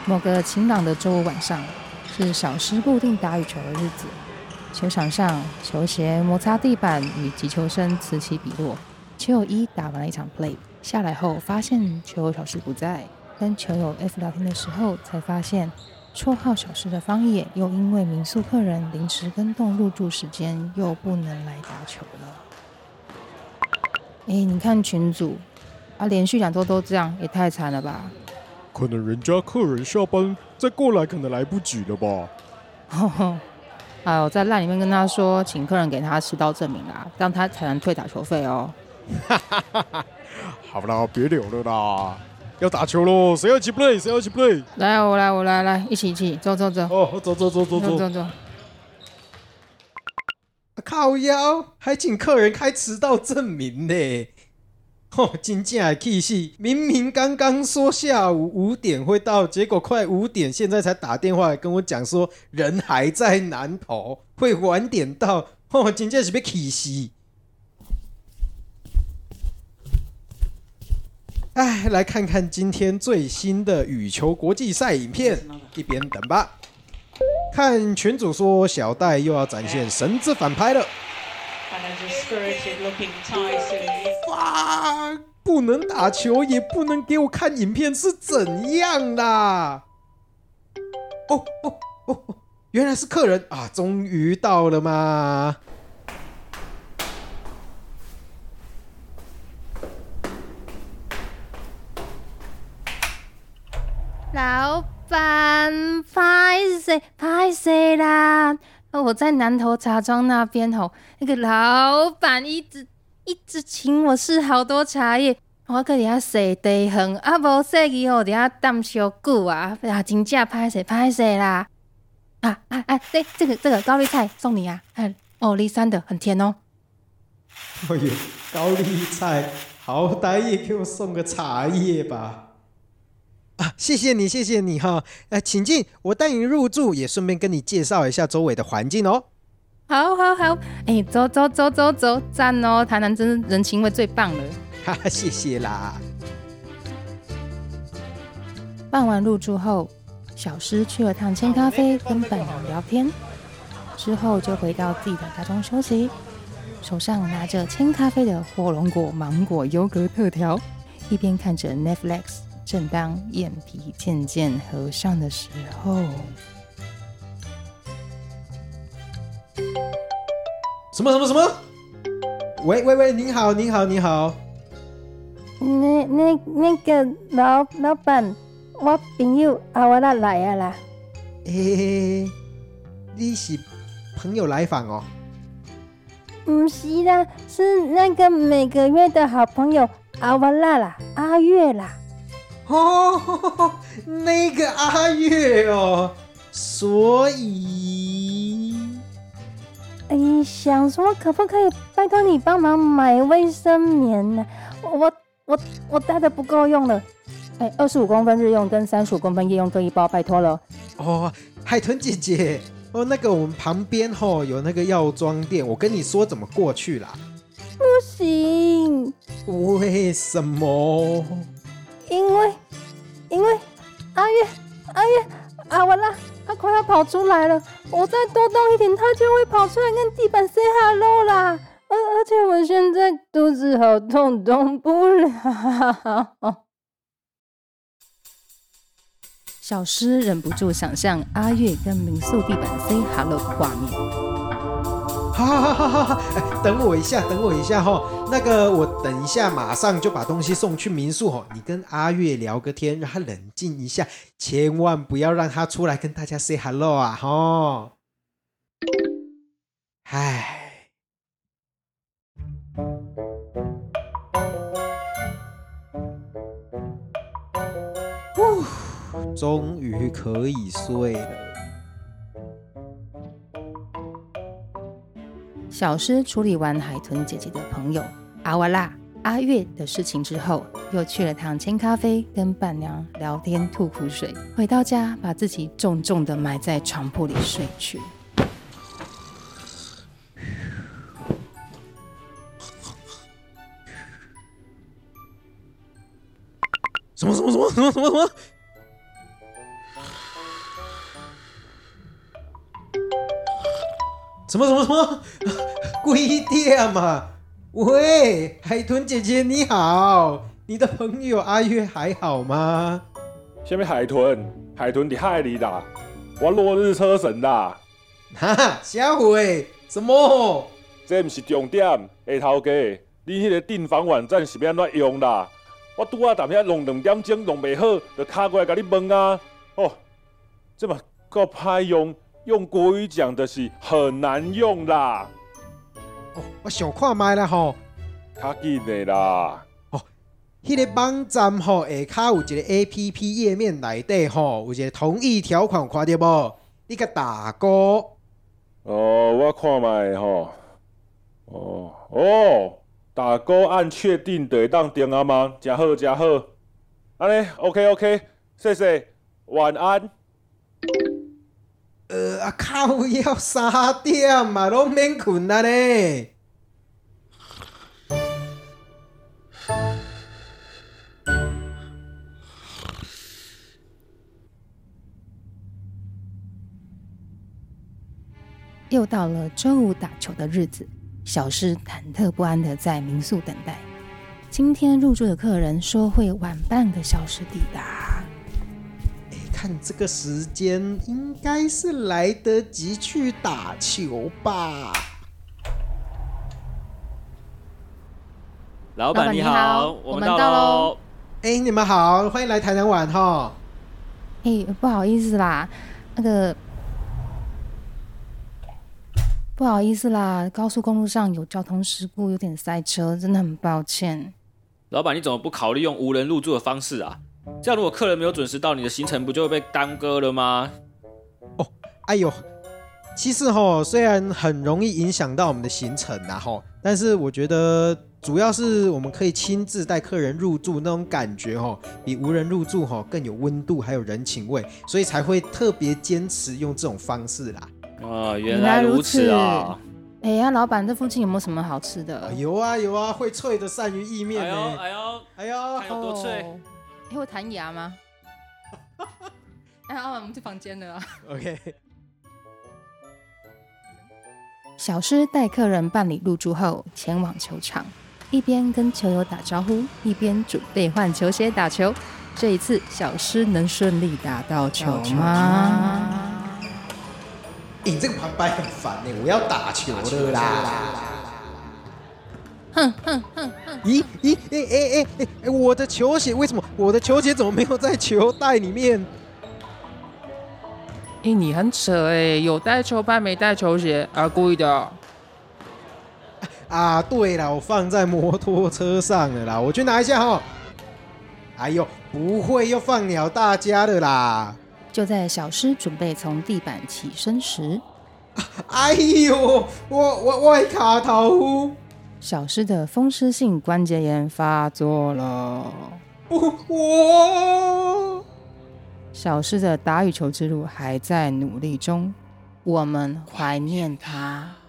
某个晴朗的周五晚上，是小狮固定打羽球的日子。球场上，球鞋摩擦地板，与击球声此起彼落。球友一打完了一场 play， 下来后发现球友小狮不在，跟球友 F 聊天的时候，才发现绰号小狮的方野又因为民宿客人临时更动入住时间，又不能来打球了。你看群组连续2周都这样，也太惨了吧！ 可能人家客人下班再过来，可能来不及了吧。 我在赖里面跟他说，请客人给他迟到证明啦，这样他才能退打球费哦。 好啦，别聊了啦，要打球喽！谁要一起 play？ 谁要一起 play？ 来，我来，一起，走。 哦，走。靠腰，还请客人开迟到证明呢。真正的气死！明明刚刚说下午5点会到，结果快5点，现在才打电话来跟我讲说人还在南投，会晚点到。真正是要气死！来看看今天最新的羽球国际赛影片，一边等吧。看群主说小戴又要展现神之反拍了。哇！不能打球，也不能给我看影片，是怎样啦？原来是客人啊！终于到了嘛！ 老板，拍谁啦？我在南投茶庄那边那个老板一直请我试好多茶叶，我搁底下洗地远，无洗去底下等小久啊！真正拍谁啦？这个高丽菜送你啊，2山的很甜哦。 哎呦，高丽菜，好歹也给我送个茶叶吧。谢谢你哈，请进，我带你入住，也顺便跟你介绍一下周围的环境哦。 好，走，赞哦！台南真是人情味最棒了。 谢谢啦。 办完入住后，小狮去了趟千咖啡，跟本人聊天，之后就回到自己的家中休息，手上拿着千咖啡的火龙果芒果优格特调，一边看着 Netflix。正当眼皮渐渐合上的时候， 什么？喂，您好。 那个老板，我朋友我来啊啦。 你是朋友来访哦？ 不是啦，是那个每个月的好朋友阿月啦。 那个阿月哦，所以想说可不可以拜托你帮忙买卫生棉呢？我带的不够用了，25公分日用跟35公分夜用各一包，拜托了。 海豚姐姐，那个我们旁边有那个药妆店，我跟你说怎么过去啦。 不行。 为什么？ 因为阿月完了，他快要跑出来了，我再多动一点，他就会跑出来跟地板 say hello 啦。而且我现在肚子好痛，动不了。小狮忍不住想象阿月跟民宿地板 say hello 的画面。 好，等我一下那个我等一下马上就把东西送去民宿你跟阿月聊个天，让他冷静一下，千万不要让他出来跟大家 say hello 啊终于可以睡了。 小狮处理完海豚姐姐的朋友阿月的事情之后，又去了趟千咖啡，跟伴娘聊天吐苦水。回到家，把自己重重的埋在床铺里睡去。 什么？ 什么？几点嘛？喂，海豚姐姐你好，你的朋友阿月还好吗？ 什么海豚？海豚伫海里啦，我落日车神啦。 哈，啥货？什么？ 这不是重点，下头家，你迄个订房网站是要安怎用啦？我拄仔踮遐弄2点钟弄袂好，就敲过来甲你问啊。哦，这嘛够歹用，用国语讲的是很难用啦。 哦，我想看卖啦吼。 较紧的啦。 迄个网站吼，下骹有一个 APP 页面内底吼，有一个同意条款，看到无？你甲大哥。 哦，我看卖吼。大哥按确定就会当订啊吗？真好。安尼 OK， 谢谢，晚安。 靠要3点嘛，拢免困啊呢。 又到了周五打球的日子，小诗忐忑不安的在民宿等待。今天入住的客人说会晚半个小时抵达。 看这个时间，应该是来得及去打球吧。 老板你好，我们到喽。 你们好，欢迎来台南玩哈。 不好意思啦，不好意思啦，高速公路上有交通事故，有点塞车，真的很抱歉。 老板，你怎么不考虑用无人入住的方式啊？这样如果客人没有准时到，你的行程不就会被耽搁了吗？ 哎呦，其实虽然很容易影响到我们的行程啊但是我觉得主要是我们可以亲自带客人入住那种感觉比无人入住更有温度，还有人情味，所以才会特别坚持用这种方式啦。 原来如此啊！ 老板，这附近有没有什么好吃的？ 有啊，会脆的鳝鱼意面呢。 哎呦，看有多脆！ 会弹牙吗？我们去房间了。 OK。 小诗带客人办理入住后，前往球场，一边跟球友打招呼，一边准备换球鞋打球。这一次，小诗能顺利打到球吗？ 这个旁白很烦呢，我要打球了啦！ 哼！ 我的球鞋为什么？我的球鞋怎么没有在球袋里面？ 你很扯有带球拍没带球鞋故意的。 对了，我放在摩托车上了啦，我去拿一下哈。哎呦，不会又放鸟大家的啦！ 就在小诗准备从地板起身时， 哎呦，我的卡头！ 小诗的风湿性关节炎发作了。小诗的打羽球之路还在努力中，我们怀念他。